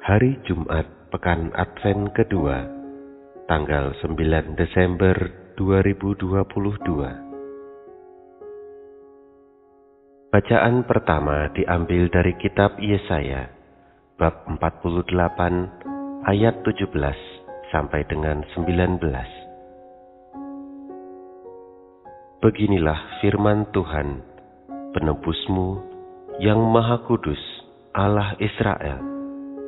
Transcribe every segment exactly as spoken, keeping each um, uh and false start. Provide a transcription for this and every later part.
Hari Jumat Pekan Advent kedua, tanggal sembilan Desember dua ribu dua puluh dua. Bacaan pertama diambil dari kitab Yesaya, bab empat puluh delapan, ayat tujuh belas sampai dengan sembilan belas. Beginilah firman Tuhan, penebusmu yang Maha Kudus, Allah Israel.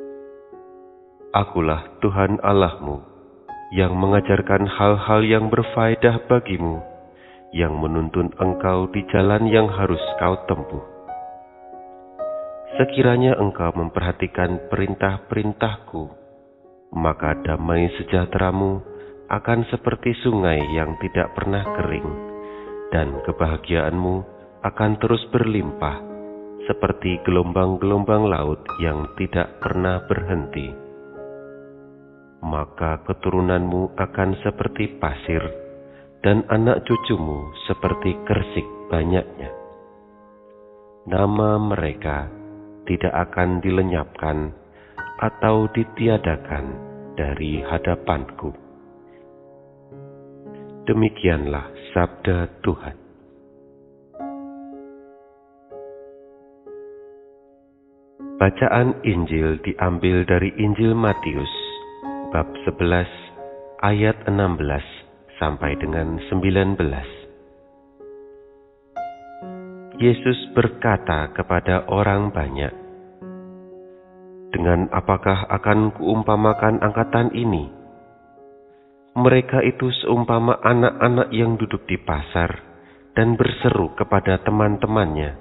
Akulah Tuhan Allahmu, yang mengajarkan hal-hal yang berfaedah bagimu, yang menuntun engkau di jalan yang harus kau tempuh. Sekiranya engkau memperhatikan perintah-perintahku, maka damai sejahteramu akan seperti sungai yang tidak pernah kering, dan kebahagiaanmu akan terus berlimpah, seperti gelombang-gelombang laut yang tidak pernah berhenti. Maka keturunanmu akan seperti pasir, dan anak cucumu seperti kersik banyaknya. Nama mereka tidak akan dilenyapkan atau ditiadakan dari hadapanku. Demikianlah sabda Tuhan. Bacaan Injil diambil dari Injil Matius, bab sebelas, ayat enam belas sampai dengan sembilan belas. Yesus berkata kepada orang banyak, "Dengan apakah akan kuumpamakan angkatan ini? Mereka itu seumpama anak-anak yang duduk di pasar dan berseru kepada teman-temannya,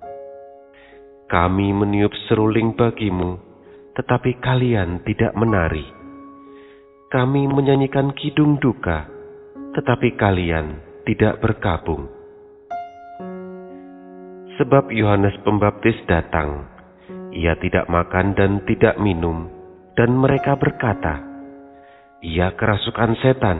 'Kami meniup seruling bagimu, tetapi kalian tidak menari. Kami menyanyikan kidung duka, tetapi kalian tidak bergabung.' Sebab Yohanes Pembaptis datang, ia tidak makan dan tidak minum, dan mereka berkata, 'Ia kerasukan setan.'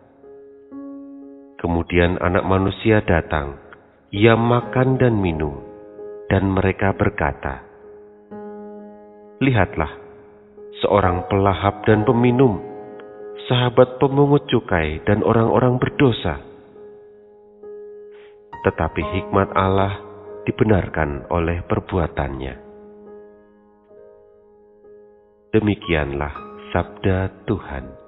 Kemudian Anak Manusia datang, ia makan dan minum, dan mereka berkata, 'Lihatlah, seorang pelahap dan peminum, sahabat pemungut cukai dan orang-orang berdosa.' Tetapi hikmat Allah dibenarkan oleh perbuatannya." Demikianlah sabda Tuhan.